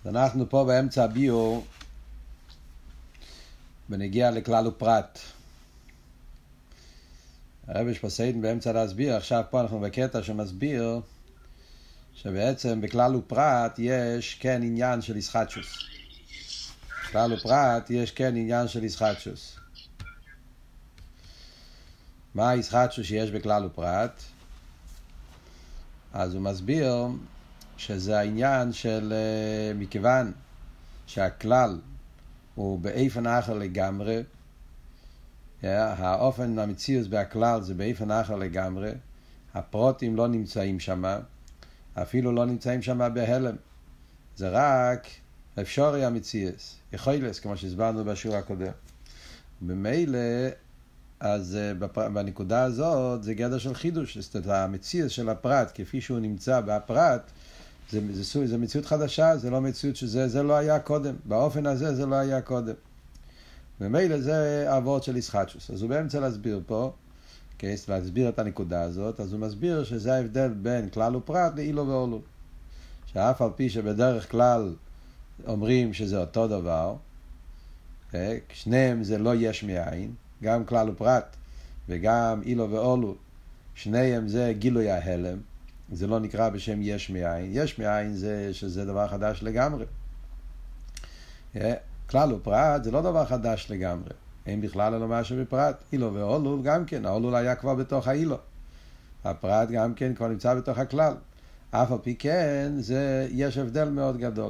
אנחנו פה באמצע הביור ונגיע לכלל ופרט. הרב שפסיידן באמצע להסביר, עכשיו פה אנחנו בקטע שמסביר שבעצם בכלל ופרט יש כן עניין של ישחטשוס. בכלל ופרט יש כן עניין של ישחטשוס. מה הישחטשוס שיש בכלל ופרט? אז הוא מסביר שזה העניין של מכיוון שהכלל הוא באופן אחר לגמרי, האופן המציאות בהכלל זה באופן אחר לגמרי, הפרוטים לא נמצאים שם, אפילו לא נמצאים שם בהלם, זה רק אפשרי המציאות, יכולס, כמו שהסברנו בשיעור הקודם. במילא, אז בנקודה הזאת זה גדר של חידוש, זאת המציאות של הפרט כפי שהוא נמצא בפרט, זה מציאות חדשה, זה לא מציאות שזה לא היה קודם, באופן הזה זה לא היה קודם. ומילא זה העבוד של ישחטשוס. אז הוא באמצע להסביר פה, להסביר את הנקודה הזאת, אז הוא מסביר שזה ההבדל בין כלל ופרט לאילו ואולו. שאף על פי שבדרך כלל אומרים שזה אותו דבר, שניהם זה לא יש מאין, גם כלל ופרט וגם אילו ואולו, שניהם זה גילוי ההלם, זה לא נקרא בשם יש מאין. יש מאין זה שזה דבר חדש לגמרי. כלל ופרט זה לא דבר חדש לגמרי. אין בכלל אלא משהו בפרט. אילו ואולול גם כן. האולול היה כבר בתוך האילו. הפרט גם כן כבר נמצא בתוך הכלל. אף על פי כן יש הבדל מאוד גדול.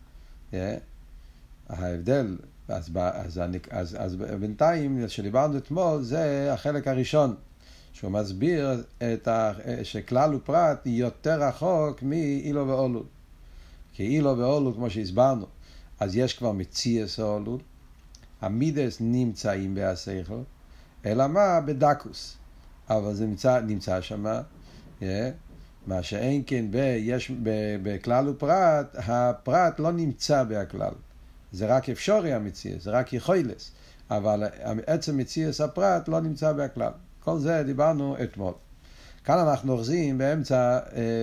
ההבדל, אז בינתיים שדיברנו אתמול זה החלק הראשון. שהוא מסביר שכלל ופרט יותר רחוק מאילו ואולול. כי אילו ואולול, כמו שהסברנו, אז יש כבר מציאס האולול, המידס נמצאים בהשכל, אלא מה? בדקוס. אבל זה נמצא שם, מה שאין כן בכלל ופרט, הפרט לא נמצא בהכלל. זה רק אפשרי המציאס, זה רק יכולס. אבל עצם מציאס הפרט לא נמצא בהכלל. כל זה דיברנו אתמול. כאן אנחנו אוחזים באמצע,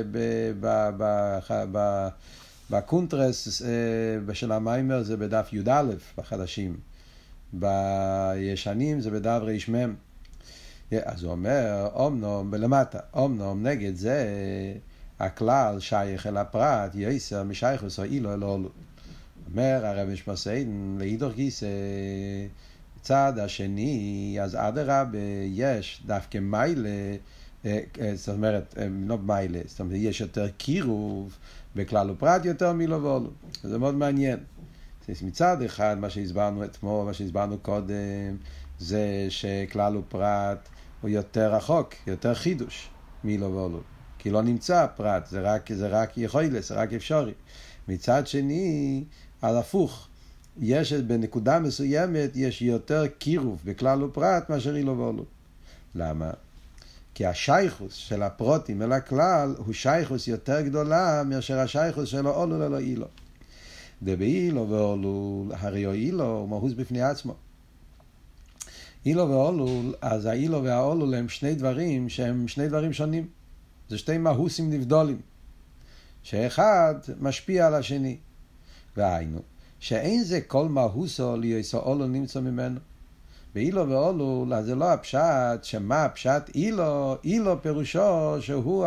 בקונטרס של המיימר זה בדף י"א בחדשים. בישנים זה בדף רשמם. אז הוא אומר, אומנום בלמטה, אומנום נגד זה, הכלל שייך אל הפרט, יסר משייכוס או אילו אל אולו. אומר הרב שפסיידן, להידור גיסא, צד השני, אז אדרבה יש דווקא מיילה, זאת אומרת, לא מיילה, זאת אומרת, יש יותר קירוב, בכלל ופרט יותר מילו ואולו. זה מאוד מעניין. מצד אחד, מה שהסברנו אתמול, מה שהסברנו קודם, זה שכלל ופרט הוא יותר רחוק, יותר חידוש מילו ואולו. כי לא נמצא פרט, זה רק יכולת, זה רק אפשרי. מצד שני, על הפוך. יש בנקודה מסוימת יש יותר קירוב בכלל ופרט מאשר אילו ואולו. למה? כי השייכוס של הפרוטים אל הכלל הוא שייכוס יותר גדולה מאשר השייכוס של האולו ללא אילו. דבאילו ואולו, הרי אילו הוא מהוס בפני עצמו. אילו ואולו, אז האילו והאולו הם שני דברים שהם שני דברים שונים. זה שתי מהוסים נבדולים. שאחד משפיע על השני. והיינו. שאין זה כל מהוסו ליוסו אולו נמצא ממנו. באילו ואולו, זה לא הפשט, שמה הפשט אילו, אילו פירושו שהוא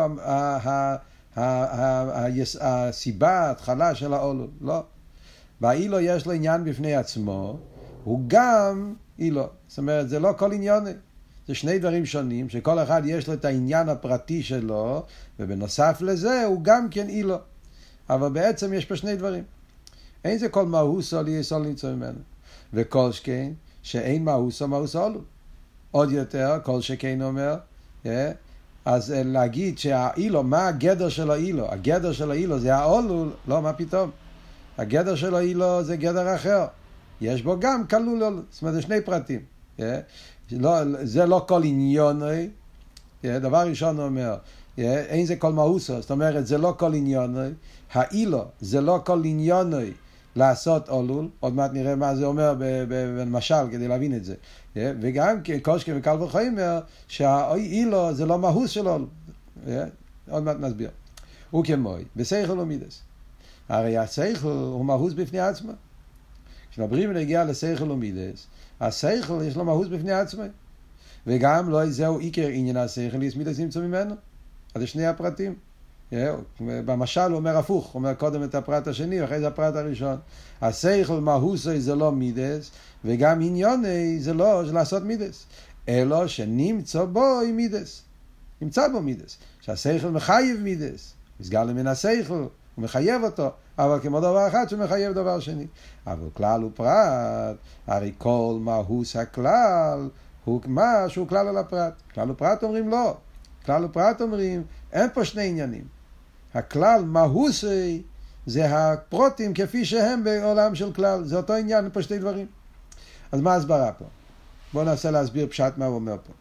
הסיבה, התחלה של האולו. לא. באילו יש לו עניין בפני עצמו, הוא גם אילו. זאת אומרת, זה לא כל עניין. זה שני דברים שונים, שכל אחד יש לו את העניין הפרטי שלו, ובנוסף לזה הוא גם כן אילו. אבל בעצם יש פה שני דברים. אין זה כל מהוסו ליסול נמצא ממנו. וכל שכן, שאין מהוסו אולו. עוד יותר, כל שכן אומר, אז להגיד שהאילו, מה הגדר של האילו? הגדר של האילו זה האולו, לא, מה פתאום? הגדר של האילו זה גדר אחר. יש בו גם כלול אולו. זאת אומרת, זה שני פרטים. זה לא כל עניון. דבר ראשון אומר, אין זה כל מהוסו. זאת אומרת, זה לא כל עניון. האילו, זה לא כל עניון. לעשות אולול, עוד מעט נראה מה זה אומר במשל כדי להבין את זה. וגם קושקי וקל וחומר שהאילו זה לא מהוס של אולול. עוד מעט נסביר. וכמוי, בשכל ומידס. הרי השכל הוא מהות בפני עצמו. כשמדברים ונגיע לשכל ומידס, השכל יש לו מהות בפני עצמו. וגם לא זהו עיקר עניין השכל, יש מידס נמצא ממנו. אז זה שני הפרטים. במשל הוא אומר הפוך, הוא אומר קודם את הפרט השני ואחרי זה הפרט הראשון. השכל מהוסי זה לא מידס, וגם עניוני זה לא לעשות מידס, אלא שנמצא בו עם מידס. נמצא בו מידס. שהשכל מחייב מידס. מסגר למין השכל, הוא מחייב אותו, אבל כמו דבר אחד שמחייב דבר שני. אבל כלל ופרט, הרי כל מהוס הכלל, הוא משהו כלל על הפרט. כלל ופרט אומרים לא. כלל ופרט אומרים, אין פה שני עניינים. הכלל מהוסי זה הפרוטים כפי שהם בעולם של כלל. זה אותו עניין, אין פה שתי דברים. אז מה הסברה פה? בואו ננסה להסביר פשט מה הוא אומר פה.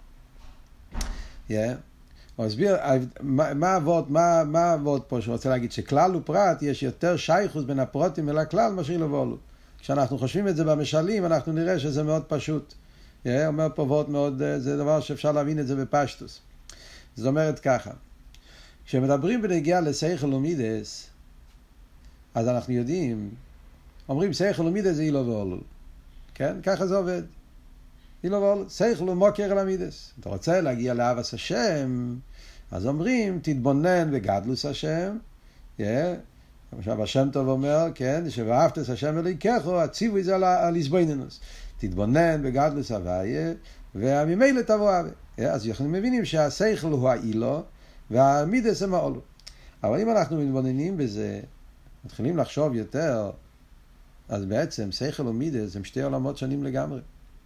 הוא הסביר, מה העבוד פה שהוא רוצה להגיד? שכלל ופרט יש יותר שייכות בין הפרוטים אל הכלל מאשר לבולו. כשאנחנו חושבים את זה במשלים, אנחנו נראה שזה מאוד פשוט. אומר פה עבוד מאוד, זה דבר שאפשר להבין את זה בפשטוס. זאת אומרת ככה, כשמדברים בנגיעה לשכל ומידס, אז אנחנו יודעים, אומרים שכל ומידס זה אילו ואולו. כן? ככה זה עובד. אילו ואולו. שכל ומוקר על המידס. אתה רוצה להגיע לאהבת השם, אז אומרים, תתבונן בגדלוס השם. עכשיו השם טוב אומר, כן, שבאהבת את השם אלוהיכך, הציווי זה על איזבנינוס. תתבונן בגדלוס הוויה, וממילא תבוא אהבה. אז אנחנו מבינים שהשכל הוא האילו, והמידס הם האולו. אבל אם אנחנו מתבוננים בזה, מתחילים לחשוב יותר, אז בעצם שכל ומידס הם שתי עולמות שונים לגמרי.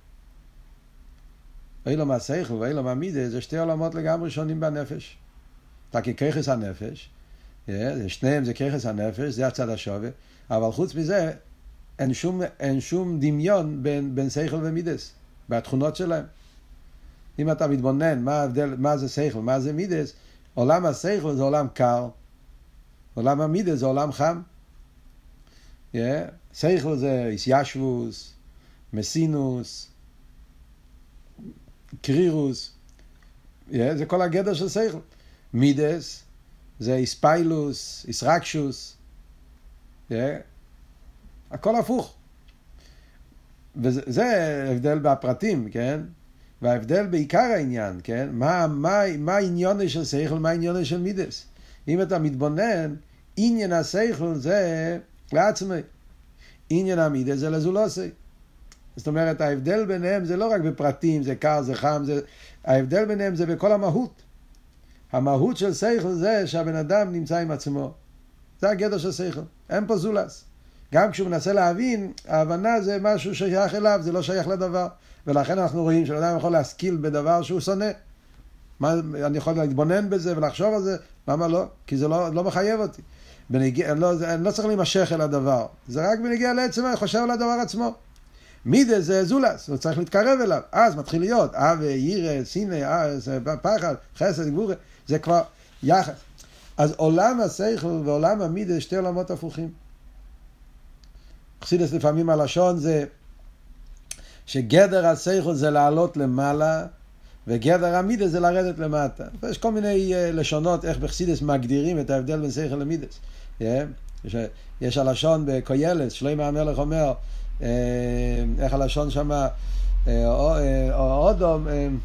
אילו מהשכל ואילו מהמידס זה שתי עולמות לגמרי שונים בנפש. אתה ככיחס הנפש, שניהם זה כיחס הנפש, זה הצד השווה, אבל חוץ מזה אין שום דמיון בין שכל ומידס, בתכונות שלהם. אם אתה מתבונן מה ההבדל, מה זה שכל, מה זה מידס, עולם השכל זה עולם קר, עולם המידס זה עולם חם. שכל זה איסיישבוס, מסינוס, קרירוס, זה כל הגדר של שכל. מידס זה איספיילוס, איסרקשוס, הכל הפוך. וזה הבדל בפרטים, כן? וההבדל בעיקר העניין, כן? מה העניין של שכל, מה העניין של מידס? אם אתה מתבונן, עניין השכל זה לעצמי. עניין המידס זה לזולוסי. זאת אומרת, ההבדל ביניהם זה לא רק בפרטים, זה קר, זה חם, ההבדל ביניהם זה בכל המהות. המהות של שכל זה שהבן אדם נמצא עם עצמו. זה הגדר של שכל. אין פה זולס. גם כשהוא מנסה להבין, ההבנה זה משהו שייך אליו, זה לא שייך לדבר. ולכן אנחנו רואים שאדם יכול להשכיל בדבר שהוא שונא. אני יכול להתבונן בזה ולחשוב על זה, למה לא? כי זה לא מחייב אותי. אני לא צריך להימשך אל הדבר. זה רק בנגיע לעצם, אני חושב על הדבר עצמו. מידה זה זולס, הוא צריך להתקרב אליו. אז מתחיל להיות, ירא, שנאה, פחד, חסד, גבורה, זה כבר יחס. אז עולם השכל ועולם המידה זה שתי עולמות הפוכים. חסידות לפעמים הלשון זה שגדר השכל זה לעלות למעלה, וגדר המידה זה לרדת למטה. יש כל מיני לשונות איך בחסידות מגדירים את ההבדל בין שכל למידס. יש הלשון בקוילס, שלמה המלך אומר, איך הלשון שמה, אודום,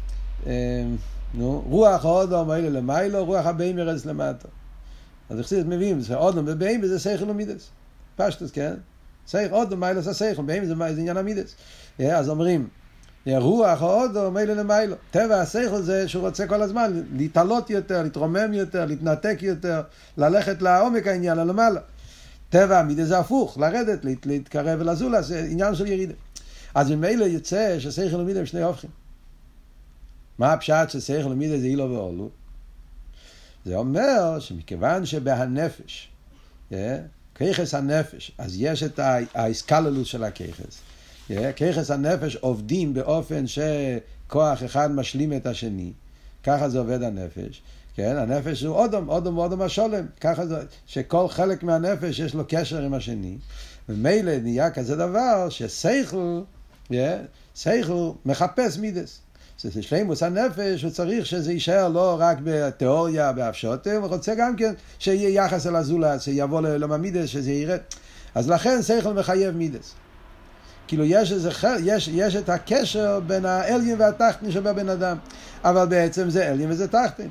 רוח האודום האלה למיילו, רוח הבאים ירץ למטה. אז בחסידות מביאים, אודום ובאים זה שכל ומידס. פשטוס, כן? שכל, אודום, מיילו זה שכל, באים זה עניין המידס. אז אומרים, רוח האודום מילא למיילו. טבע השכל זה שהוא רוצה כל הזמן להתעלות יותר, להתרומם יותר, להתנתק יותר, ללכת לעומק העניין, למעלה. טבע המידה זה הפוך, לרדת, להתקרב ולזולה, זה עניין של ירידה. אז ממילא יוצא ששכל ומידה הם שני הופכים. מה הפשט ששכל ומידה זה אילו ואולו? זה אומר שמכיוון שבהנפש, כיחס הנפש, אז יש את ההסקללות של הכיחס. כיחס הנפש עובדים באופן שכוח אחד משלים את השני. ככה זה עובד הנפש. כן, הנפש הוא אודום השולם. ככה זה, שכל חלק מהנפש יש לו קשר עם השני. ומילא נהיה כזה דבר ששכל, שכל מחפש מידס. זה שלימוס הנפש, הוא צריך שזה יישאר לא רק בתיאוריה, בהפשוטים, הוא רוצה גם כן שיהיה יחס אל הזולת, שיבוא לממידס, שזה יראה. אז לכן שכל מחייב מידס. כאילו יש את הקשר בין האליין והתחתן שבבן אדם, אבל בעצם זה אליין וזה תחתן.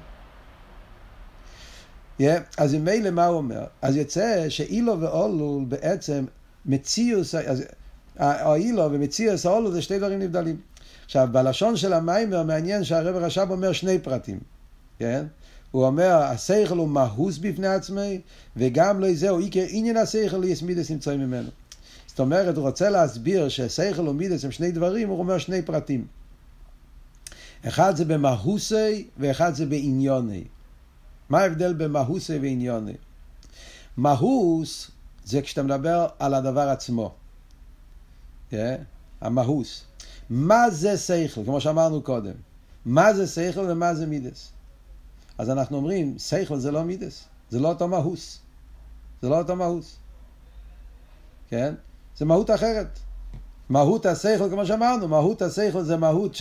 אז עם מילא מה הוא אומר? אז יצא שאילו ואולול בעצם מציאוס, האילו ומציאוס האולול זה שתי דברים נבדלים. עכשיו בלשון של המיימר מעניין שהרב רש"ב אומר שני פרטים, כן? הוא אומר השכל הוא מהוס בפני עצמי, וגם לא זהו עיקר עניין השכל ליסמידס נמצאים ממנו. זאת אומרת, הוא רוצה להסביר ששכל ומידס הם שני דברים, הוא אומר שני פרטים. אחד זה במהוסי ואחד זה בעניוני. מה ההבדל במהוסי ועניוני? מהוס זה כשאתה מדבר על הדבר עצמו. המהוס. מה זה שכל? כמו שאמרנו קודם. מה זה שכל ומה זה מידס? אז אנחנו אומרים, שכל זה לא מידס. זה לא אותו מהוס. זה לא אותו מהוס. כן? זה מהות אחרת. מהות השכל, כמו שאמרנו, מהות השכל זה מהות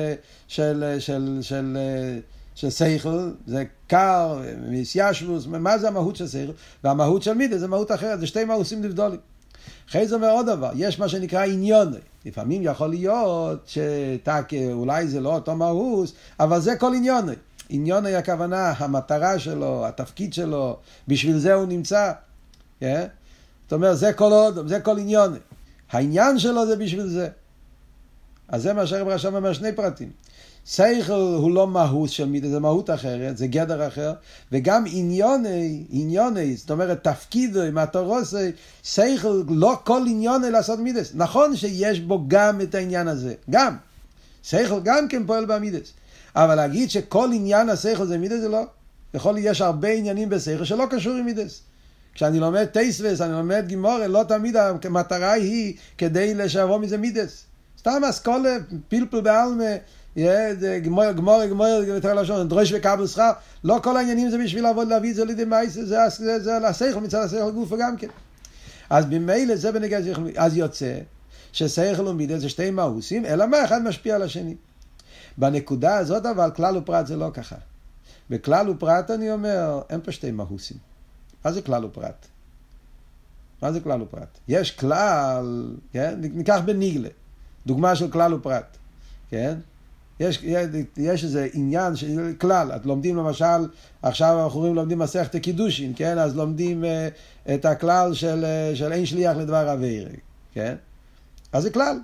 של שכל, זה קר, מסיישבוס, מה זה המהות של שכל? והמהות של מידה זה מהות אחרת, זה שתי מהוסים נבדולים. אחרי זה אומר עוד דבר, יש מה שנקרא עניון. לפעמים יכול להיות אולי זה לא אותו מהוס, אבל זה כל עניון. עניון היא הכוונה, המטרה שלו, התפקיד שלו, בשביל זה הוא נמצא. זאת אומרת, זה כל עניון. העניין שלו זה בשביל זה. אז זה מה שהרב רש"ב אומר שני פרטים. שכל הוא לא מהות של מידה, זה מהות אחרת, זה גדר אחר, וגם עניוני, זאת אומרת תפקידו, מטורוסי, שכל לא כל עניוני לעשות מידס. נכון שיש בו גם את העניין הזה, גם. שכל גם כן פועל במידס. אבל להגיד שכל עניין השכל זה מידס זה לא. יש הרבה עניינים בשכל שלא קשור עם מידס. כשאני לומד טייסווס, אני לומד גימורה, לא תמיד המטרה היא כדי לשעבור מזה מידס. סתם אסכולה, פלפל בעלמה, גמורה, יותר לשון, דרוש וקבל שכר, לא כל העניינים זה בשביל לעבוד להביא את זה לידי מייס, זה על השכל, מצד השכל גופה גם כן. אז במילא זה בנגע שכל, אז יוצא ששכל ומידס זה שתי מהוסים, אלא מה אחד משפיע על השני. בנקודה הזאת אבל כלל ופרט זה לא ככה. בכלל ופרט אני אומר, אין פה שתי מהוסים. מה זה כלל ופרט? מה זה כלל ופרט? יש כלל, כן? ניקח בניגלה, דוגמה של כלל ופרט, כן? יש איזה עניין של כלל, את לומדים למשל, עכשיו אנחנו לומדים מסכת קידושין, כן? אז לומדים את הכלל של אין שליח לדבר עבירה, כן? אז זה כלל.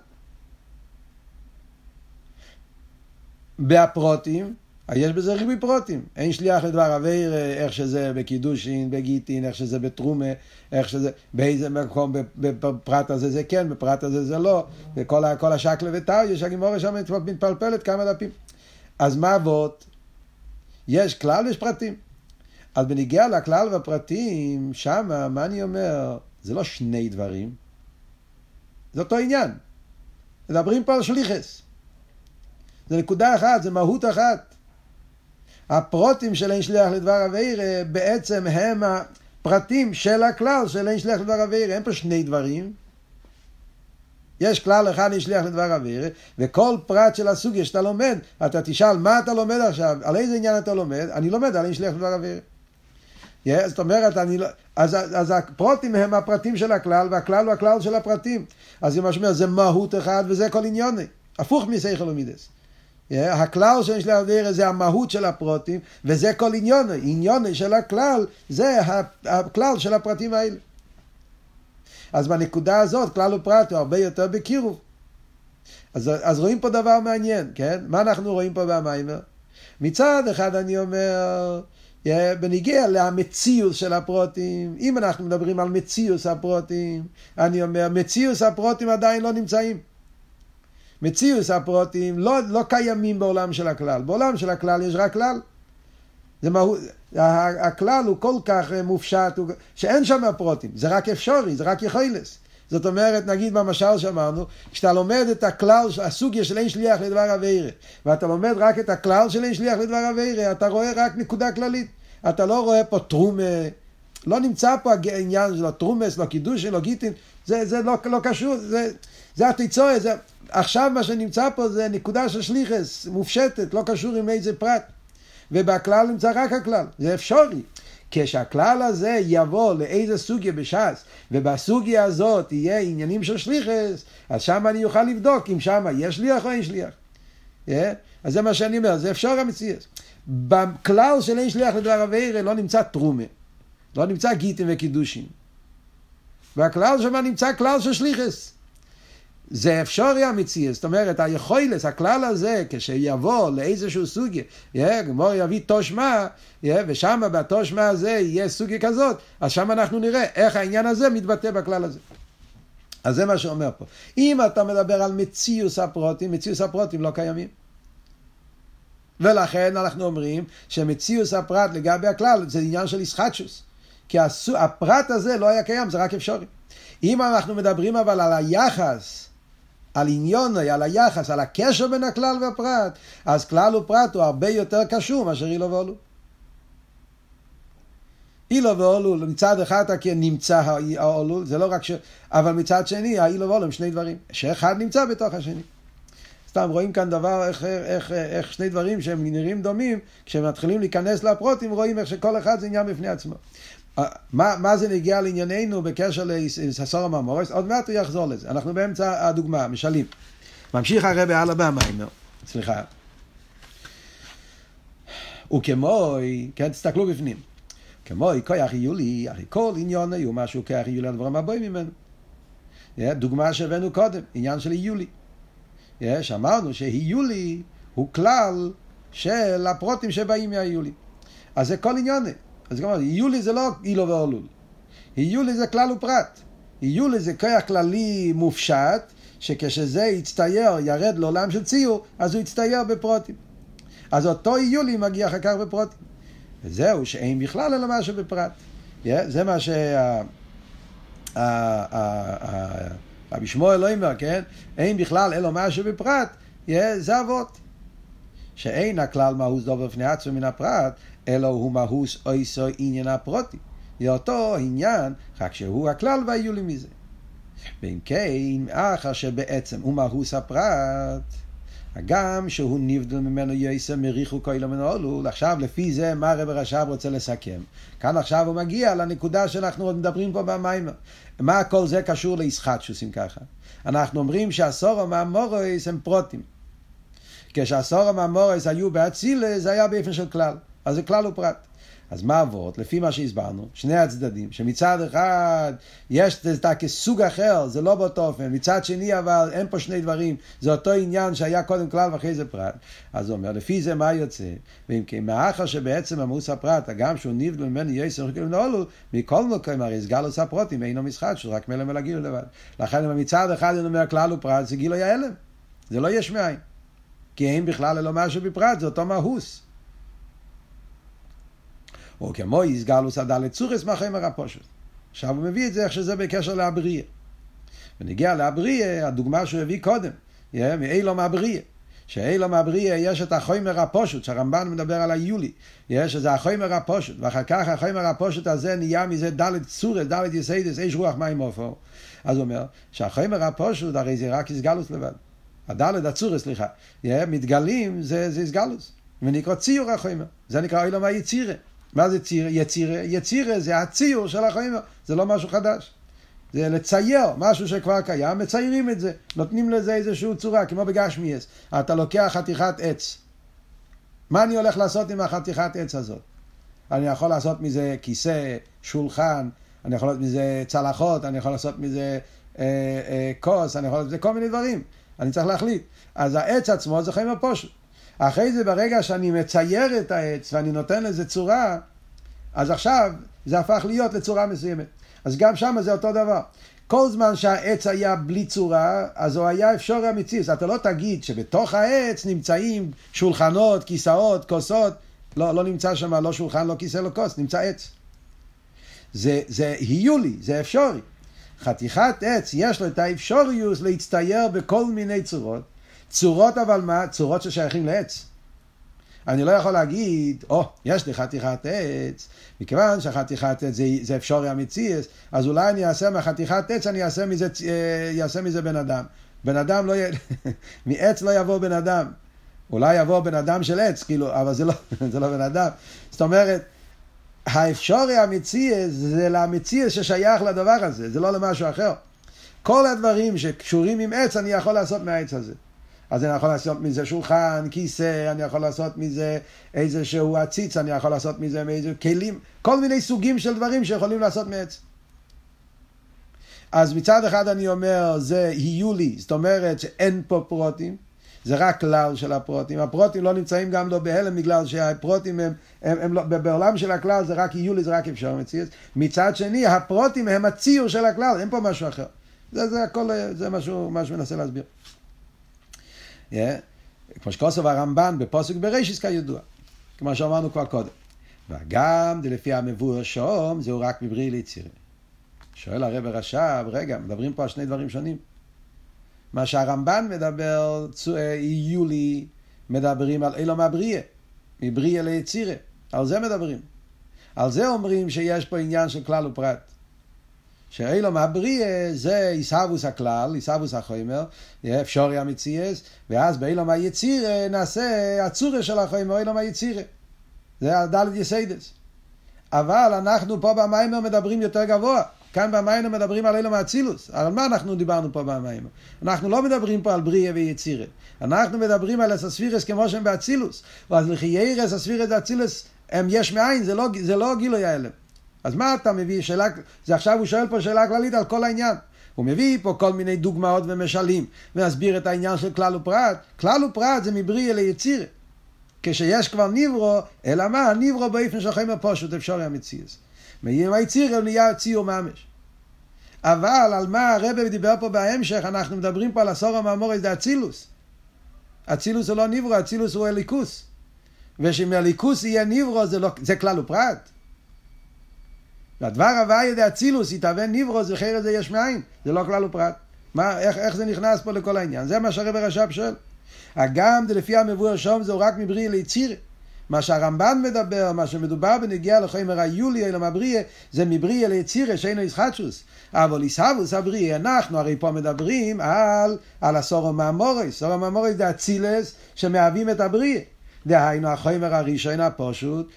בהפרוטים, יש בזה ריבוי פרוטים. אין שליח לדבר עבירה, איך שזה בקידושין, בגיטין, איך שזה בתרומה, איך שזה, באיזה מקום, בפרט הזה זה כן, בפרט הזה זה לא. וכל השקלה וטריה, שהגימורה שם מתפלפלת כמה דפים. אז מה אבות? יש כלל, יש פרטים. אז בניגיע לכלל והפרטים, שם, מה אני אומר? זה לא שני דברים. זה אותו עניין. מדברים פה על שליחס. זה נקודה אחת, זה מהות אחת. הפרוטים של אין שליח לדבר עבירה בעצם הם הפרטים של הכלל של אין שליח לדבר עבירה. אין פה שני דברים. יש כלל אחד אין שליח לדבר עבירה, וכל פרט של הסוגיה שאתה לומד, אתה תשאל מה אתה לומד עכשיו, על איזה עניין אתה לומד? אני לומד על אין שליח לדבר עבירה. זאת אומרת, אז הפרוטים הם הפרטים של הכלל, והכלל הוא הכלל של הפרטים. אז זה משמע, זה מהות אחד וזה כל עניוני. הפוך משכל ומידס. הכלל של שליח עבירה זה המהות של הפרוטים, וזה כל עניוני. עניוני של הכלל זה הכלל של הפרטים האלה. אז בנקודה הזאת, כלל ופרט הוא הרבה יותר בקירוב. אז רואים פה דבר מעניין, כן? מה אנחנו רואים פה במיימר? מצד אחד אני אומר, בניגיע למציאוס של הפרוטים, אם אנחנו מדברים על מציאוס הפרוטים, אני אומר, מציאוס הפרוטים עדיין לא נמצאים. מציאוס הפרוטים לא קיימים בעולם של הכלל. בעולם של הכלל יש רק כלל. הכלל הוא כל כך מופשט, שאין שם הפרוטים. זה רק אפשרי, זה רק יכולס. זאת אומרת, נגיד במשל שאמרנו, כשאתה לומד את הכלל, הסוגיה של אין שליח לדבר עבירה, ואתה לומד רק את הכלל של אין שליח לדבר עבירה, אתה רואה רק נקודה כללית. אתה לא רואה פה תרומה, לא נמצא פה העניין של התרומס, לא קידושין, לא גיטין, זה לא קשור, זה התיצורת, זה... עכשיו מה שנמצא פה זה נקודה של שליחס, מופשטת, לא קשור עם איזה פרט. ובכלל נמצא רק הכלל, זה אפשרי. כשהכלל הזה יבוא לאיזה סוגיה בש"ס, ובסוגיה הזאת יהיה עניינים של שליחס, אז שם אני אוכל לבדוק אם שם יש שליח או אין שליח. אז זה מה שאני אומר, זה אפשר המציאות. בכלל של אין שליח לדבר עבירה לא נמצא תרומה, לא נמצא גיטים וקידושים. והכלל שם נמצא כלל של שליחס. זה אפשרי המציאות, זאת אומרת, היכולת, הכלל הזה, כשיבוא לאיזשהו סוגיה, גמור יביא תושמה, ושם בתושמה הזה יהיה סוגיה כזאת, אז שם אנחנו נראה איך העניין הזה מתבטא בכלל הזה. אז זה מה שאומר פה. אם אתה מדבר על מציאוס הפרוטים, מציאוס הפרוטים לא קיימים. ולכן אנחנו אומרים שמציאוס הפרט לגבי הכלל זה עניין של ישחטשוס. כי הפרט הזה לא היה קיים, זה רק אפשרי. אם אנחנו מדברים אבל על היחס, על עניון, על היחס, על הקשר בין הכלל והפרט, אז כלל ופרט הוא הרבה יותר קשור מאשר אילו ואולו. אילו ואולו, מצד אחד נמצא האולו, זה לא רק אבל מצד שני, האילו ואולו הם שני דברים, שאחד נמצא בתוך השני. סתם רואים כאן דבר, איך שני דברים שהם נראים דומים, כשהם מתחילים להיכנס לפרוטים, רואים איך שכל אחד זה עניין בפני עצמו. מה זה נגיע לענייננו בקשר לססור המאמורס? עוד מעט הוא יחזור לזה. אנחנו באמצע הדוגמה, משלים. ממשיך הרב הלאה במיימר. סליחה. וכמוי, כן, תסתכלו בפנים. כמוי, כוח יולי, הרי כל עניון הוא משהו כוח יולי, הדברים הבאים ממנו. דוגמה שהבאנו קודם, עניין של יולי. אמרנו שהיולי הוא כלל של הפרוטים שבאים מהיולי. אז זה כל עניון. אז כלומר, יולי זה לא אילו ואולול. יולי זה כלל ופרט. יולי זה כוח כללי מופשט, שכשזה יצטייר, ירד לעולם של ציור, אז הוא יצטייר בפרוטים. אז אותו יולי מגיע אחר כך בפרוטים. וזהו, שאין בכלל אלא משהו בפרט. זה מה רבי שמואל לא אומר, כן? אין בכלל אלא משהו בפרט, זה אבות. שאין הכלל מהוס דובר בפני עצמו מן הפרט, אלא הוא מהוס אויסו עניין הפרוטי. זה אותו עניין, רק שהוא הכלל והיולי מזה. ואם כן, אחר שבעצם הוא מהוס הפרט, גם שהוא נבדל ממנו יסר מריחו כאילו מנהולו, עכשיו לפי זה מה רב רש"ב רוצה לסכם. כאן עכשיו הוא מגיע לנקודה שאנחנו מדברים פה במיימר. מה כל זה קשור לישחטשוס אם ככה? אנחנו אומרים שהסורו מהמורס הם פרוטים. כשהסורו מהמורס היו באצילה, זה היה באופן של כלל. אז זה כלל ופרט. אז מה עבוד? לפי מה שהסברנו, שני הצדדים, שמצד אחד יש את כסוג אחר, זה לא באותו אופן, מצד שני אבל אין פה שני דברים, זה אותו עניין שהיה קודם כלל ואחרי זה פרט. אז הוא אומר, לפי זה מה יוצא? ואם כן, מאחר שבעצם המוס הפרט, הגם שהוא נבדל ממנו יסר כאילו נעולו, מכל מקום הרי סגלוס הפרוטים אינו משחט, שהוא רק מלם אל הגילו לבד. לכן מצד אחד הוא אומר כלל ופרט, זה גילו יעלם, זה לא יש מאין. כי אין בכלל אלא משהו בפרט, זה אותו מהוס. או כמו יסגלוס הדלת צורס מהחומר הפשוט. עכשיו הוא מביא את זה איך שזה בקשר להבריא. ונגיע להבריא, הדוגמה שהוא הביא קודם, מאילום הבריא. שאילום הבריא יש את החומר הפשוט, שהרמב"ן מדבר על היולי. יש את זה החומר הפשוט, ואחר כך החומר הפשוט הזה נהיה מזה דלת צורס, דלת יסיידס, איש רוח מים אופו. אז הוא אומר, שהחומר הפשוט הרי זה רק יסגלוס לבד. הדלת הצורס, סליחה. מתגלים זה יסגלוס. ונקרא ציור החומר. זה נקרא אילום היצירה. מה זה יצירה? יצירה זה הציור של החומר, זה לא משהו חדש. זה לצייר, משהו שכבר קיים, מציירים את זה, נותנים לזה איזושהי צורה, כמו בגשמיאס. אתה לוקח חתיכת עץ. מה אני הולך לעשות עם החתיכת עץ הזאת? אני יכול לעשות מזה כיסא, שולחן, אני יכול לעשות מזה צלחות, אני יכול לעשות מזה כוס, אני יכול לעשות מזה כל מיני דברים. אני צריך להחליט. אז העץ עצמו זה חומר פשוט. אחרי זה ברגע שאני מצייר את העץ ואני נותן לזה צורה, אז עכשיו זה הפך להיות לצורה מסוימת. אז גם שם זה אותו דבר. כל זמן שהעץ היה בלי צורה, אז הוא היה אפשרי המציאות. אתה לא תגיד שבתוך העץ נמצאים שולחנות, כיסאות, כוסות. לא נמצא שם לא שולחן, לא כיסא, לא כוס, נמצא עץ. זה היולי, זה אפשרי. חתיכת עץ יש לו את האפשריוס להצטייר בכל מיני צורות. צורות אבל מה? צורות ששייכים לעץ. אני לא יכול להגיד, יש לי חתיכת עץ, מכיוון שהחתיכת עץ זה אפשרי המציאס, אז אולי אני אעשה מהחתיכת עץ, אני אעשה מזה בן אדם. בן אדם לא מעץ לא יבוא בן אדם. אולי יבוא בן אדם של עץ, כאילו, אבל זה לא בן אדם. זאת אומרת, האפשרי המציאס זה למציאס ששייך לדבר הזה, זה לא למשהו אחר. כל הדברים שקשורים עם עץ, אני יכול לעשות מהעץ הזה. אז אני יכול לעשות מזה שולחן, כיסא, אני יכול לעשות מזה איזשהו עציץ, אני יכול לעשות מזה מאיזה כלים, כל מיני סוגים של דברים שיכולים לעשות מעץ. אז מצד אחד אני אומר, זה יהיו לי, זאת אומרת שאין פה פרוטים, זה רק כלל של הפרוטים. הפרוטים לא נמצאים גם לא בהלם, בגלל שהפרוטים הם לא, בעולם של הכלל זה רק יהיו לי, זה רק אפשר מציאות. מצד שני, הפרוטים הם הציור של הכלל, אין פה משהו אחר. זה הכל, זה משהו מנסה להסביר. כמו שכוסף הרמב"ן בפוסק בראשיס כידוע, כמו שאמרנו כבר קודם. וגם לפי המבואר שום, זהו רק מבריאה ליצירה. שואל הרב רש"ב, רגע, מדברים פה על שני דברים שונים. מה שהרמב"ן מדבר, יולי, מדברים על אילו מהבריאה, מבריאה ליצירה. על זה מדברים. על זה אומרים שיש פה עניין של כלל ופרט. שאילו מהבריאה זה ישהבוס הכלל, ישהבוס החומר, אפשרי המציאס, ואז באילו מהיצירה נעשה הצורה של החומר, אילו מהיצירה. זה הדלת יסיידס. אבל אנחנו פה במיימר מדברים יותר גבוה. כאן במיימר מדברים על אילו מהצילוס. על מה אנחנו דיברנו פה במיימר? אנחנו לא מדברים פה על בריאה ויצירה. אנחנו מדברים על הספירס כמו שהם באצילוס. ואז לחיירס הספירס והצילוס הם יש מאין, זה לא גילוי ההלם. אז מה אתה מביא? זה עכשיו הוא שואל פה שאלה כללית על כל העניין. הוא מביא פה כל מיני דוגמאות ומשלים, ומסביר את העניין של כלל ופרט. כלל ופרט זה מבריאה ליצירה. כשיש כבר נברו, אלא מה? הנברו באופן של חומר פשוט אפשרי המציאס. עם היצירה הוא נהיה ציור ממש. אבל על מה הרב דיבר פה בהמשך, אנחנו מדברים פה על הסור המאמורס, זה אצילוס. אצילוס הוא לא נברו, אצילוס הוא אליקוס. ושאם אליקוס יהיה נברו, זה כלל ופרט. והדבר הוויה דה אצילוס יתאבן נברו, זה חיר זה יש מאין, זה לא כלל ופרט. איך זה נכנס פה לכל העניין? זה מה שהרב רש"ב שואל. גם לפי המבואר שם זה רק מבריאה ליצירה. מה שהרמב"ן מדבר, מה שמדובר בנגיעה לחומר היולי אלא מבריאה, זה מבריאה ליצירה שאינו ישחטשוס. אבל ישהבוס הבריאה, אנחנו הרי פה מדברים על הסורו מאמורס. סורו מאמורס זה אצילס שמהווים את הבריאה. דהיינו החומר הראשון הפשוט,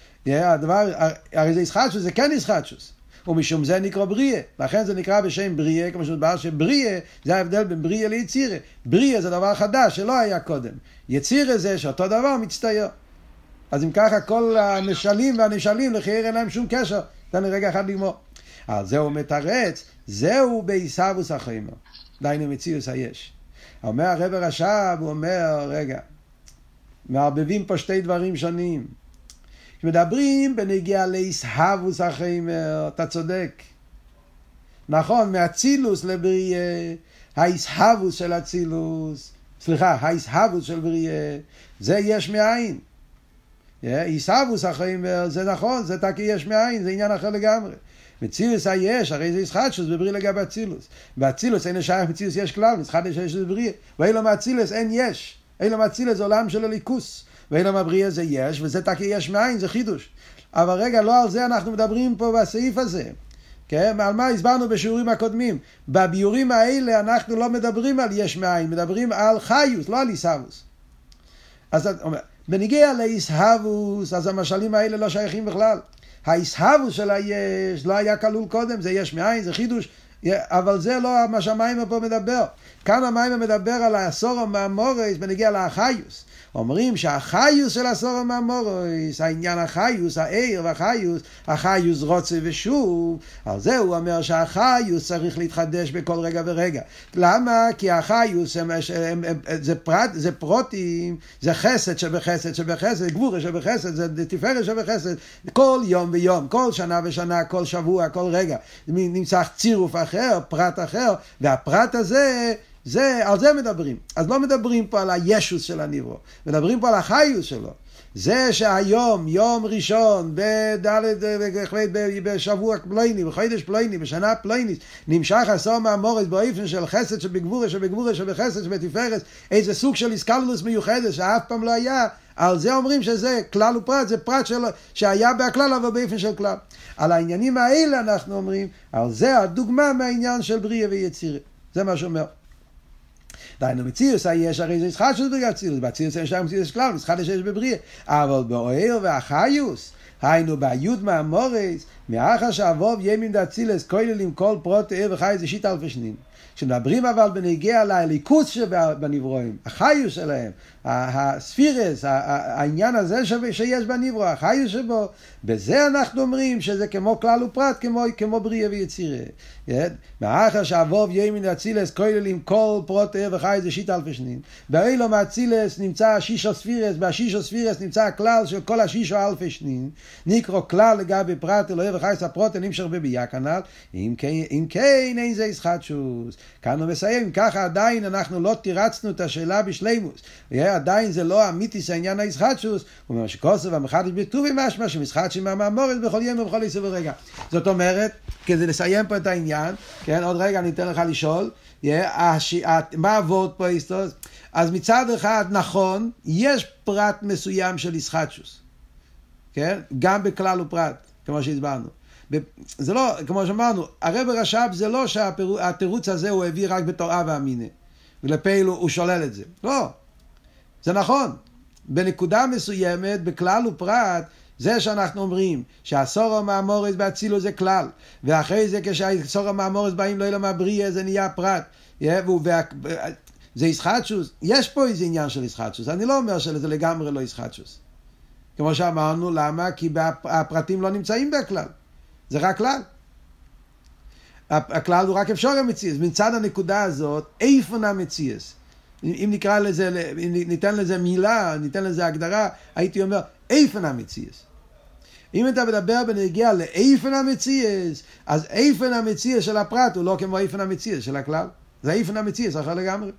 הרי זה ישחטשוס, זה כן ישחטשוס. ומשום זה נקרא בריאה. לכן זה נקרא בשם בריאה, כמו שמדבר שבריאה זה ההבדל בין בריאה ליצירה. בריאה זה דבר חדש שלא היה קודם. יצירה זה שאותו דבר מצטייר. אז אם ככה כל המשלים והנשלים לחייר אין להם שום קשר. תן לי רגע אחד לגמור. אז זהו מתרץ, זהו בישהבוס החומר. דיינו מציאוס היש. אומר הרב רש"ב, הוא אומר, רגע, מערבבים פה שתי דברים שונים. כשמדברים בנגיעה לישהבוס החומר, אתה צודק. נכון, מהצילוס לבריאה, הישהבוס של הצילוס, הישהבוס של בריאה, זה יש מאין. ישהבוס החומר, זה נכון, זה תקי יש מאין, זה עניין אחר לגמרי. מציאוס היש, הרי זה ישחטשוס בבריא לגבי הצילוס. באצילוס אין שייך מציאוס יש כלל, ישחטש יש בבריא. ואילו מהצילוס אין יש. אילו מהצילוס זה עולם של הליכוס. ואילו מהבריא זה יש, וזה תקי יש מאין, זה חידוש. אבל רגע, לא על זה אנחנו מדברים פה בסעיף הזה. כן? על מה הסברנו בשיעורים הקודמים? בביורים האלה אנחנו לא מדברים על יש מאין, מדברים על חיוס, לא על ישהבוס. אז אתה אומר, בניגיע לישהבוס, אז המשלים האלה לא שייכים בכלל. הישהבוס של היש לא היה כלול קודם, זה יש מאין, זה חידוש, אבל זה לא מה שהמיימר פה מדבר. כאן המיימר מדבר על הסורו מאמורס בניגיע לאחיוס. אומרים שהחיוס של הסורו מאמורס, העניין החיוס, העיר והחיוס, החיוס רוצה ושוב, על זה הוא אומר שהחיוס צריך להתחדש בכל רגע ורגע. למה? כי החיוס זה פרוטים, זה חסד שבחסד שבחסד, גבורה שבחסד, זה תפארת שבחסד, כל יום ויום, כל שנה ושנה, כל שבוע, כל רגע, נמצא צירוף אחר, פרט אחר, והפרט הזה, על זה מדברים. אז לא מדברים פה על הישוס של הנברו, מדברים פה על החיוס שלו. זה שהיום, יום ראשון, בשבוע פלויני, בחודש פלויני, בשנה פלויני, נמשך הסור מאמורס באופן של חסד שבגבורה, שבגבורה, שבחסד, שבתפארת, איזה סוג של איסקללוס מיוחדת שאף פעם לא היה, על זה אומרים שזה כלל ופרט, זה פרט שהיה בהכלל אבל באופן של כלל. על העניינים האלה אנחנו אומרים, על זה הדוגמה מהעניין של בריאה ויצירה. זה מה שאומר. דיינו מציאוס היש, הרי זה ישחטשוס בגציאוס, בציאוס יש שם מציאוס כלל, ישחטשוס יש בבריאה. אבל באוהר והחיוס, היינו ביוד מהמורס, מאחר שעבוב ימין דאצילס כוללים כל פרוט ער וחי זה שיט אלף שנים. כשמדברים אבל בנגיע לליכוס שבנברואים, החיוס שלהם, הספירס, העניין הזה שיש בנברוא, החיוס שבו, בזה אנחנו אומרים שזה כמו כלל ופרט, כמו בריאה ויצירה. מאחר שעבוב ימין דאצילס כוללים כל פרוט ער וחי זה שיט אלף שנים. באילום האצילס נמצא שישו ספירס, בשישו ספירס נמצא הכלל של כל השישו אלף שנים. נקרא כלל לגבי פרט אלוהי וחייס הפרוט נמשך בבייה כנ"ל. אם כן אין זה ישחטשוס. כאן הוא מסיים, ככה עדיין אנחנו לא תירצנו את השאלה בשלימוס. עדיין זה לא אמיתיס העניין הישחטשוס. הוא אומר שכוסף המחדש בטובי משמע שמסחטשים מהמאמורס בכל יום ובכל עשר ורגע. זאת אומרת, כדי לסיים פה את העניין, כן, עוד רגע אני אתן לך לשאול, מה עבוד פה איסטוס? אז מצד אחד נכון, יש פרט מסוים של ישחטשוס. כן? גם בכלל ופרט, כמו שהסברנו. זה לא, כמו שאמרנו, הרב רש"ב זה לא שהתירוץ הזה הוא הביא רק בתור אב ואמינא, ולפעיל הוא שולל את זה. לא. זה נכון. בנקודה מסוימת, בכלל ופרט, זה שאנחנו אומרים שהסורו מהמורס באצילוס זה כלל, ואחרי זה כשהסורו מהמורס באים לא אלא מהבריאה זה נהיה פרט. זה ישחטשוס. יש פה איזה עניין של ישחטשוס. אני לא אומר שזה לגמרי לא ישחטשוס. כמו שאמרנו, למה? כי הפרטים לא נמצאים בכלל. זה רק כלל. הכלל הוא רק אפשר המציאס. מצד הנקודה הזאת, איפה המציאס? אם נקרא לזה, אם ניתן לזה מילה, ניתן לזה הגדרה, הייתי אומר, איפה המציאס? אם אתה מדבר בנגיע לאיפה המציאס, אז איפה המציאס של הפרט הוא לא כמו איפה המציאס של הכלל. זה איפה המציאס, אחר לגמרי.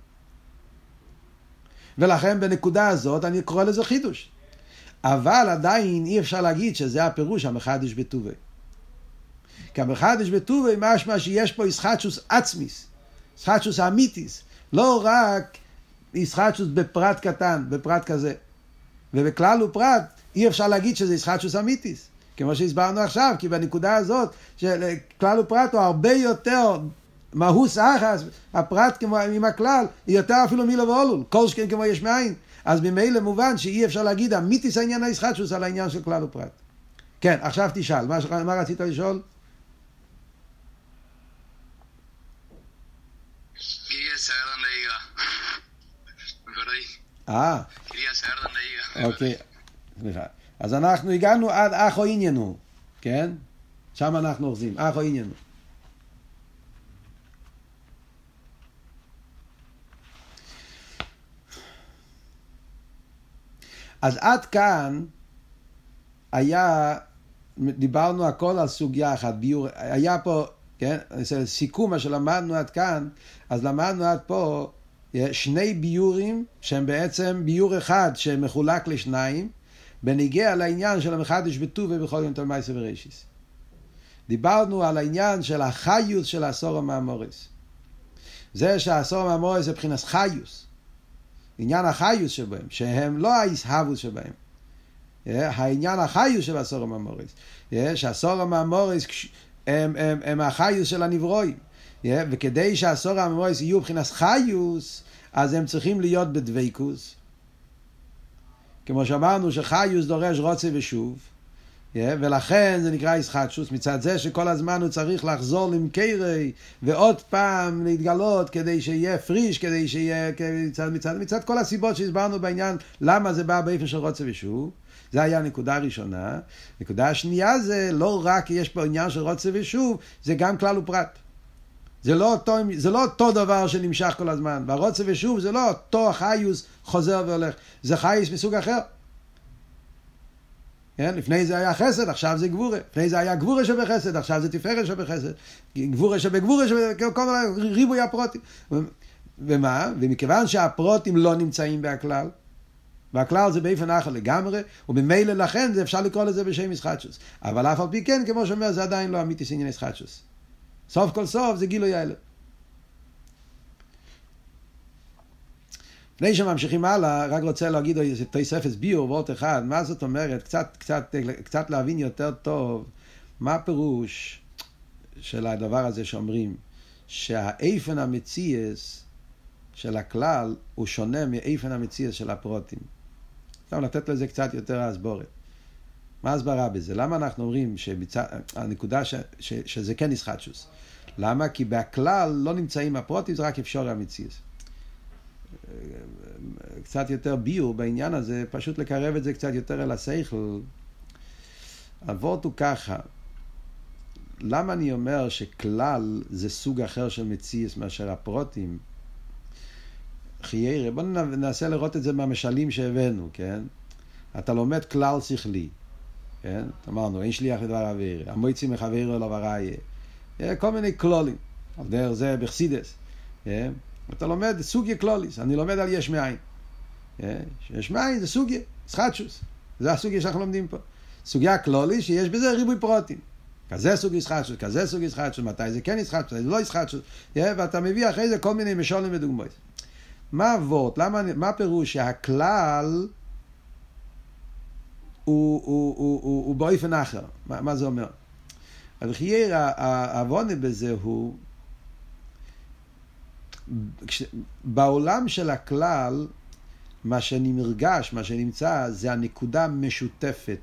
ולכן בנקודה הזאת אני קורא לזה חידוש. אבל עדיין אי אפשר להגיד שזה הפירוש המחדש בטובי. כי המחדש בטובי משמע שיש פה ישחטשוס עצמיס, ישחטשוס אמיתיס, לא רק ישחטשוס בפרט קטן, בפרט כזה. ובכלל ופרט אי אפשר להגיד שזה ישחטשוס אמיתיס, כמו שהסברנו עכשיו, כי בנקודה הזאת שכלל ופרט הוא הרבה יותר מהוס אחס, הפרט כמו עם הכלל, היא יותר אפילו מילו ואולול, כל שכן כמו יש מאין. אז במילא מובן שאי אפשר להגיד אמיתיס העניין הישחטשוס על העניין של כלל ופרט. כן, עכשיו תשאל, מה רצית לשאול? אוקיי, סליחה. אז אנחנו הגענו עד אחו עניינו, כן? שם אנחנו אוחזים, אחו עניינו. אז עד כאן דיברנו הכל על סוגיה אחת, ביור, היה פה, כן, סיכום מה שלמדנו עד כאן, אז למדנו עד פה שני ביורים שהם בעצם ביור אחד שמחולק לשניים, בניגיע לעניין של המחדש בטובי בכל יום תל מייסה וראשיס. דיברנו על העניין של החיוס של הסורו מהמורס. זה שהסורו מהמורס זה בחינת חיוס. עניין החיוס שבהם, שהם לא ההסהבוס שבהם. העניין החיוס של הסורו מהמורס. שהסורו מהמורס הם החיוס של הנברואים. וכדי שהסורו מהמורס יהיו בחינת חיוס, אז הם צריכים להיות בדוויקוס. כמו שאמרנו שחיוס דורש רוצה ושוב. ולכן זה נקרא ישחטשוס, מצד זה שכל הזמן הוא צריך לחזור למקרי ועוד פעם להתגלות כדי שיהיה פריש, כדי שיהיה מצד כל הסיבות שהסברנו בעניין למה זה בא באופן של רוצה ושוב. זה היה נקודה ראשונה. נקודה השנייה זה לא רק יש פה עניין של רוצה ושוב, זה גם כלל ופרט. זה לא אותו דבר שנמשך כל הזמן, והרוצה ושוב זה לא אותו חיוס חוזר והולך, זה חיוס מסוג אחר. כן? לפני זה היה חסד, עכשיו זה גבורה. לפני זה היה גבורה שבחסד, עכשיו זה תפארת שבחסד. גבורה שבגבורה, כל ריבוי הפרוטים. ומה? ומכיוון שהפרוטים לא נמצאים בהכלל, והכלל זה באופן אחר לגמרי, ובמילא לכן זה אפשר לקרוא לזה בשם ישחטשוס. אבל אף על פי כן, כמו שאומר, זה עדיין לא אמיתיס עניין ישחטשוס. סוף כל סוף זה גילוי האלה. לפני שממשיכים הלאה, רק רוצה להגיד תוספת ביור ועוד אחד, מה זאת אומרת? קצת להבין יותר טוב מה הפירוש של הדבר הזה שאומרים, שהאיפן המציאס של הכלל הוא שונה מאיפן המציאס של הפרוטים. עכשיו לתת לזה קצת יותר הסבורת. מה ההסברה בזה? למה אנחנו אומרים שהנקודה שזה כן ישחטשוס? למה? כי בכלל לא נמצאים הפרוטים, זה רק אפשר המציאס. קצת יותר ביור בעניין הזה, פשוט לקרב את זה קצת יותר אל השכל. עבוד הוא ככה. למה אני אומר שכלל זה סוג אחר של מציאס מאשר הפרוטים? חיירה, בואו ננסה לראות את זה מהמשלים שהבאנו, כן? אתה לומד כלל שכלי, כן? אמרנו, אין שליח לדבר עבירה, המויצי מחברו אליו הראיה, כל מיני כלולים, על דרך זה בחסידס, כן? אתה לומד סוגיה כלוליס, אני לומד על יש מאין. יש מאין זה סוגיה, סחטשוס, זה הסוגיה שאנחנו לומדים פה. סוגיה כלוליס שיש בזה ריבוי פרוטים. כזה סוג ישחטשוס, כזה סוג ישחטשוס, מתי זה כן ישחטשוס, זה לא ישחטשוס, ואתה מביא אחרי זה כל מיני משולים ודוגמאות. מה עבוד? מה הפירוש שהכלל הוא באופן אחר? מה זה אומר? אז חייר העוונה בזה הוא בעולם של הכלל מה שנמרגש, מה שנמצא זה הנקודה משותפת,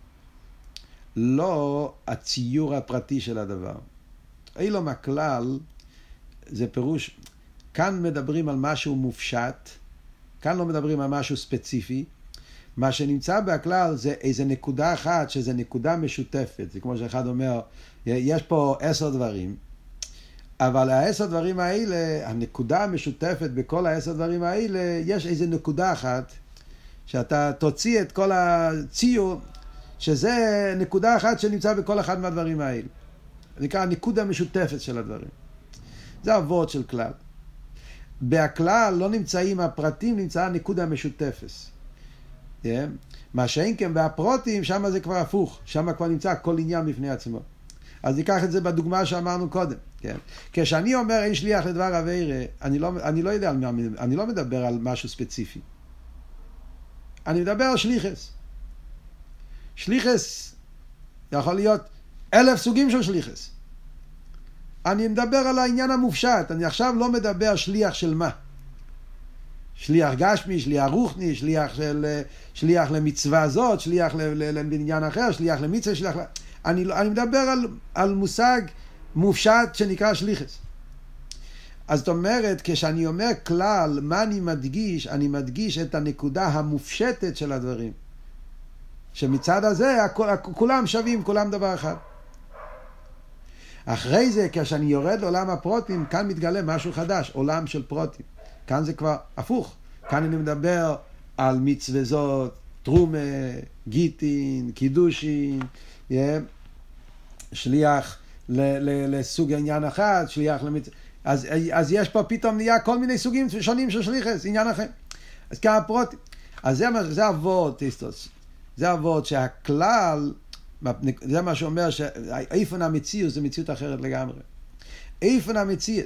לא הציור הפרטי של הדבר. אילום הכלל זה פירוש, כאן מדברים על משהו מופשט, כאן לא מדברים על משהו ספציפי. מה שנמצא בכלל זה איזה נקודה אחת שזה נקודה משותפת. זה כמו שאחד אומר, יש פה 10 דברים, אבל 10 דברים האלה, הנקודה המשותפת בכל 10 דברים האלה, יש איזה נקודה אחת שאתה תוציא את כל הציור, שזה נקודה אחת שנמצא בכל אחד מהדברים האלה. זה נקרא הנקודה המשותפת של הדברים. זה העבוד של כלל. בכלל לא נמצאים הפרטים, נמצאה הנקודה המשותפת. מה שאין כן בהפרוטים, שם זה כבר הפוך. שם כבר נמצא כל עניין בפני עצמו. אז ניקח את זה בדוגמה שאמרנו קודם. כן? כשאני אומר אין שליח לדבר עבירה, אני לא יודע על מה, אני לא מדבר על משהו ספציפי. אני מדבר על שליחס. שליחס יכול להיות 1000 סוגים של שליחס. אני מדבר על העניין המופשט. אני עכשיו לא מדבר שליח של מה. שליח גשמי, שליח רוחני, שליח למצווה זאת, שליח לבניין אחר, שליח למצווה, שליח אני מדבר על מושג מופשט שנקרא שליחס. אז זאת אומרת, כשאני אומר כלל, מה אני מדגיש? אני מדגיש את הנקודה המופשטת של הדברים. שמצד הזה, כולם שווים, כולם דבר אחד. אחרי זה, כשאני יורד לעולם הפרוטים, כאן מתגלה משהו חדש, עולם של פרוטים. כאן זה כבר הפוך. כאן אני מדבר על מצווה זאת, תרומה, גיטין, קידושין, שליח לסוג עניין אחד, שליח למצווה. אז יש פה פתאום נהיה כל מיני סוגים שונים של שליחס, עניין אחר. אז כאן הפרוטים. אז זה עבוד, טיסטוס. זה עבוד שהכלל, זה מה שאומר שאיפן המציאות זה מציאות אחרת לגמרי. איפן המציאות.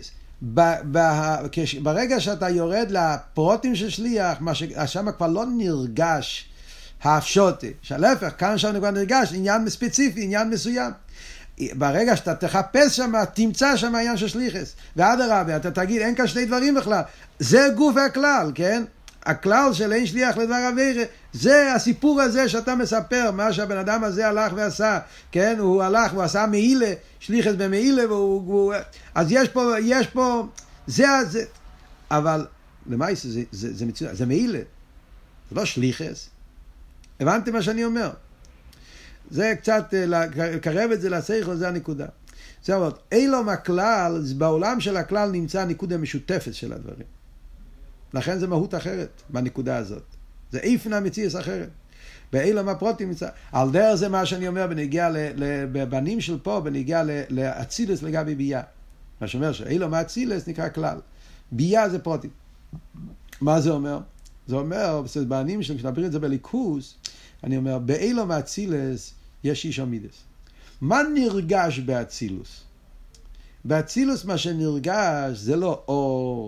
ברגע שאתה יורד לפרוטים של שליח, שם כבר לא נרגש האפשוטה. שלהפך, כאן שם כבר נרגש עניין ספציפי, עניין מסוים. ברגע שאתה תחפש שם, תמצא שם העניין של שליחס. ועד הרבה, אתה תגיד, אין כאן שני דברים בכלל. זה גוף הכלל, כן? הכלל של אין שליח לדבר עבירה, זה הסיפור הזה שאתה מספר, מה שהבן אדם הזה הלך ועשה, כן? הוא הלך והוא עשה מעילה, שליחס במעילה, אז יש פה, זה, אבל למעשה זה מצוין, זה מעילה, זה לא שליחס. הבנתם מה שאני אומר? זה קצת, לקרב את זה לשכל, זה הנקודה. זה אומר, אילום הכלל, בעולם של הכלל נמצא נקודה משותפת של הדברים. לכן זה מהות אחרת בנקודה הזאת. זה איפן המציאות אחרת. באילום הפרוטים נמצא. על דרך זה מה שאני אומר בנגיע לבנים של פה, בנגיע לאצילס לגבי ביה. מה שאומר שאילום האצילס נקרא כלל. ביה זה פרוטים. מה זה אומר? זה אומר, בנים של, כשנדבר את זה בליכוס, אני אומר, באילום האצילס יש איש עמידס. מה נרגש באצילוס? באצילוס מה שנרגש זה לא אור,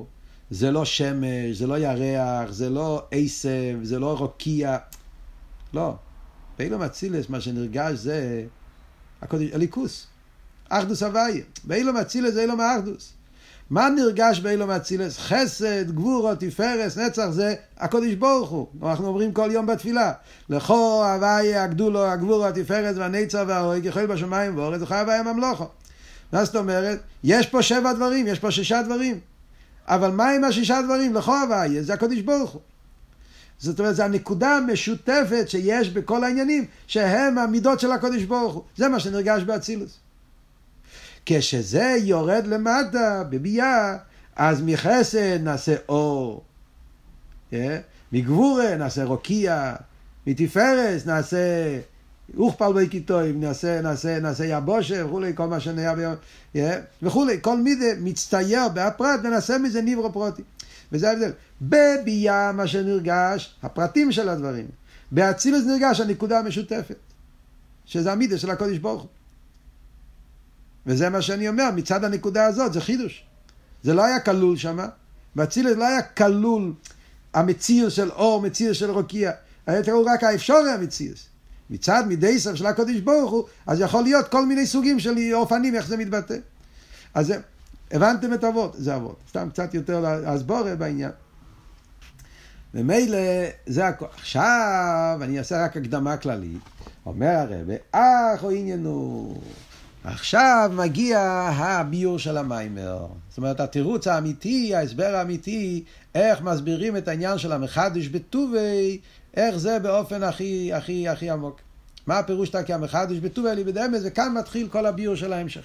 זה לא שמש, זה לא ירח, זה לא עשב, זה לא רוקיע. לא. באילום אצילס מה שנרגש זה הקודש, הליכוס. אחדוס הוויה. באילום אצילס זה אילום האחדוס. מה נרגש באילום אצילס? חסד, גבורה, תפארת, נצח, זה הקודש ברוך הוא. אנחנו אומרים כל יום בתפילה. לכו הוויה, הגדולו, הגבורה, התפארת והנצח והאוהג, יחול בשמיים ואורץ, לכו הוויה ממלוכו. מה זאת אומרת? יש פה 7 דברים, יש פה 6 דברים. אבל מה עם 6 דברים? לכו הוויה, זה הקודש ברוך הוא. זאת אומרת, זה הנקודה המשותפת שיש בכל העניינים, שהם המידות של הקודש ברוך הוא. זה מה שנרגש באצילוס. כשזה יורד למטה, בביאה, אז מחסד נעשה אור. מגבורה נעשה רוקיע. מתפארת נעשה אוכפל ויקטוי, נעשה יבושה, וכולי, כל מה שנהיה ביום. וכולי, כל מידה מצטייר בהפרט, ונעשה מזה נברו פרוטי. וזה ההבדל. בביאה מה שנרגש, הפרטים של הדברים. באצילוס נרגש הנקודה המשותפת. שזה המידה של הקודש ברוך הוא. וזה מה שאני אומר, מצד הנקודה הזאת, זה חידוש. זה לא היה כלול שמה. באצילוס לא היה כלול המציאות של אור, מציאות של רוקיע. היה תראו רק האפשרי המציאות. מצד מידי סוף של הקודש ברוך הוא, אז יכול להיות כל מיני סוגים של אופנים, איך זה מתבטא. אז זה, הבנתם את אבות, זה אבות. סתם קצת יותר להסבור בעניין. ומילא זה הכל. עכשיו אני אעשה רק הקדמה כללית. אומר הרב, או עניינו. עכשיו מגיע הביור של המיימר. זאת אומרת, התירוץ האמיתי, ההסבר האמיתי, איך מסבירים את העניין של המחדש בטובי, איך זה באופן הכי עמוק. מה הפירוש כי המחדש בטובי לי בדמס, וכאן מתחיל כל הביור של ההמשך.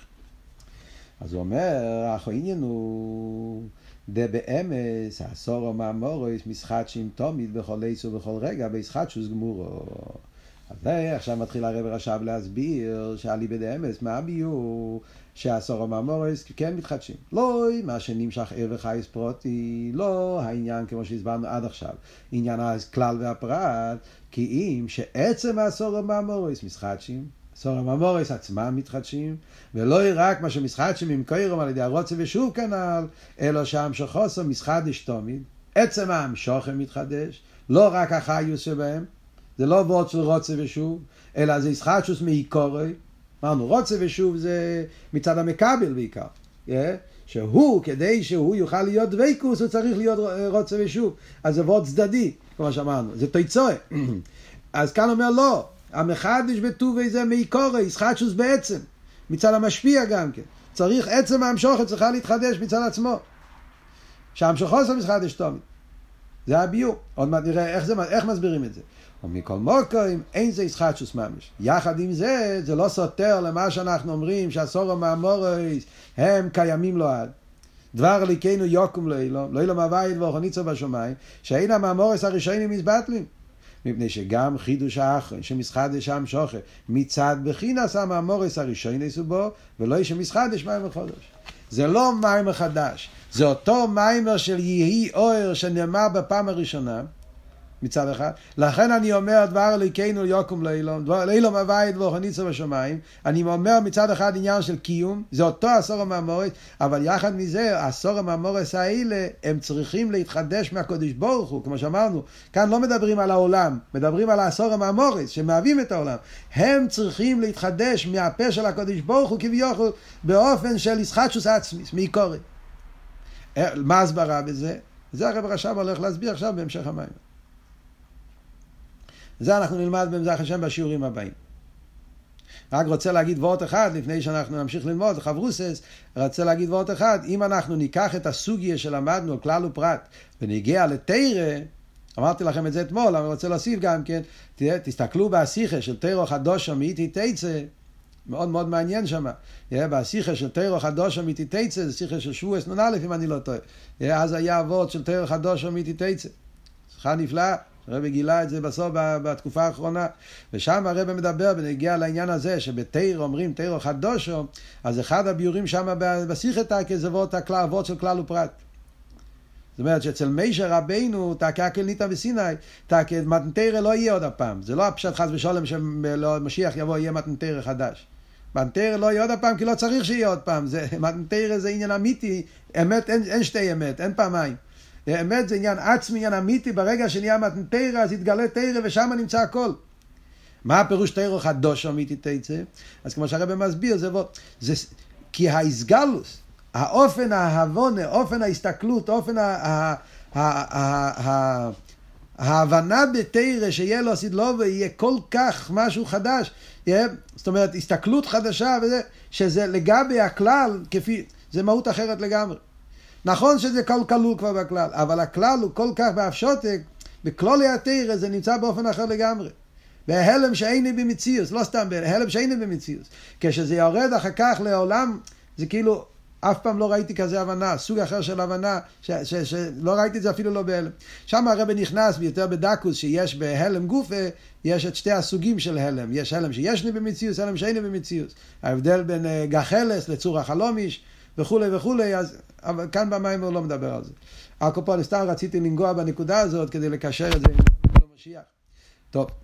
אז הוא אומר, אחו עניין הוא דה באמס, הסורו מאמורויס, משחדשים תומית בכל עיס ובכל רגע, בישחדשוס גמורו. אז עכשיו מתחיל הרב רש"ב להסביר שעלי בדאמס, מה הביור? שהסורו מאמורויס כן מתחדשים. לא מה שנמשך וחייס פרוטי, לא העניין כמו שהסברנו עד עכשיו. עניין הכלל והפרט, כי אם שעצם הסורו מאמורויס מתחדשים, הסורו מאמורויס עצמם מתחדשים, ולא רק מה שמתחדשים עם קוירום על ידי הרוצה ושוב כנל, אלא שהמשכוסו מתחדש תמיד, עצם המשוכם מתחדש, לא רק החיוס שבהם, זה לא וורט של רוצה ושוב, אלא זה ישחדשוס מעיקורי. אמרנו, רוצה ושוב זה מצד המקבל בעיקר. שהוא, כדי שהוא יוכל להיות דוויקוס, הוא צריך להיות רוצה ושוב. אז זה וורט צדדי, כמו שאמרנו, זה תויצוי. אז כאן אומר לא, המחדש בטובי זה מעיקורי, ישחדשוס בעצם, מצד המשפיע גם כן. צריך עצם המשוכת, צריכה להתחדש מצד עצמו. שהמשוכות זה מתחדש תמיד. זה הביור. עוד מעט נראה איך מסבירים את זה. ומכל מוקרים אין זה ישחדשוס ממש. יחד עם זה, זה לא סותר למה שאנחנו אומרים שהסורו מאמורויס הם קיימים לו עד. דבר אלוקינו יוקום לאילום, לא אילום הוויה דברו ניצו בשמיים, שאין המאמורויס הראשונים מסבטלים. מפני שגם חידוש האחרון שמסחדש המשוכת מצד בחינס המאמורויס הראשונים בו, ולא יש שמסחדש מים מחדש. זה לא מים מחדש, זה אותו מיימר של יהי אור שנאמר בפעם הראשונה, מצד אחד. לכן אני אומר דבר אלוקינו יוקום לאילום, לאילום הוויה דברו ניצו בשמיים. אני אומר מצד אחד עניין של קיום, זה אותו הסורו מאמורויס, אבל יחד מזה הסורו מאמורויס האלה הם צריכים להתחדש מהקודש ברוך הוא, כמו שאמרנו. כאן לא מדברים על העולם, מדברים על הסורו מאמורויס שמהווים את העולם. הם צריכים להתחדש מהפה של הקודש ברוך הוא כביכול באופן של ישחדשוס עצמיס, מעיקורי. מה הסברה בזה? זה הרב רש"ב הולך להסביר עכשיו בהמשך המים. זה אנחנו נלמד במזרח השם בשיעורים הבאים. רק רוצה להגיד וורט אחד, לפני שאנחנו נמשיך ללמוד, חברוסס, רוצה להגיד וורט אחד, אם אנחנו ניקח את הסוגיה שלמדנו, כלל ופרט, ונגיע לתירה, אמרתי לכם את זה אתמול, אבל אני רוצה להוסיף גם כן, תסתכלו בהשיחה של תירו חדושו מאיתי תיצא, מאוד מאוד מעניין שם, בהשיחה של תירו חדושו מאיתי תיצא, זה שיחה של שבועס נ"א אם אני לא טועה, אז היה וורט של תירו חדושו מאיתי תיצא, שיחה נפלאה, הרב גילה את זה בסוף בתקופה האחרונה, ושם הרב מדבר בנגיע לעניין הזה שבתיר אומרים תירו חדושו, אז אחד הביורים שם בשיחתא כזה וורט של כלל ופרט. זאת אומרת שאצל משה רבינו תקל ניתן בסיני, מתנתרא לא יהיה עוד הפעם, זה לא הפשט חס ושלום שמשיח יבוא יהיה מתנתרא חדש. מתנתרא לא יהיה עוד הפעם כי לא צריך שיהיה עוד פעם, מתנתרא זה עניין אמיתי, אמת, אין שתי אמת, אין פעמיים. אמת זה עניין עצמי, עניין אמיתי, ברגע שנהיה מתנתרא, אז יתגלה תרא ושם נמצא הכל. מה הפירוש תרא חדוש אמיתי תצא? אז כמו שהרבא מסביר, זה כי ההסגלוס, האופן ההבונה, אופן ההסתכלות, אופן ההבנה בתרא שיהיה לו סדלו ויהיה כל כך משהו חדש, זאת אומרת הסתכלות חדשה וזה, שזה לגבי הכלל, זה מהות אחרת לגמרי. נכון שזה כלול כבר בכלל, אבל הכלל הוא כל כך באפשותק, בכלולי התרא זה נמצא באופן אחר לגמרי. בהלם שאיני במציאוס, לא סתם בהלם שאיני במציאוס. כשזה יורד אחר כך לעולם, זה כאילו, אף פעם לא ראיתי כזה הבנה, סוג אחר של הבנה, שלא ראיתי את זה אפילו לא בהלם. שם הרב נכנס ביותר בדקוס, שיש בהלם גופה, יש את שתי הסוגים של הלם. יש הלם שישני במציאוס, הלם שאיני במציאוס. ההבדל בין גחלס לצור החלומיש, וכו' וכו', אז אבל כאן במים הוא לא מדבר על זה. הקופון, סתם רציתי לנגוע בנקודה הזאת, כדי לקשר את זה עם המשיח. טוב.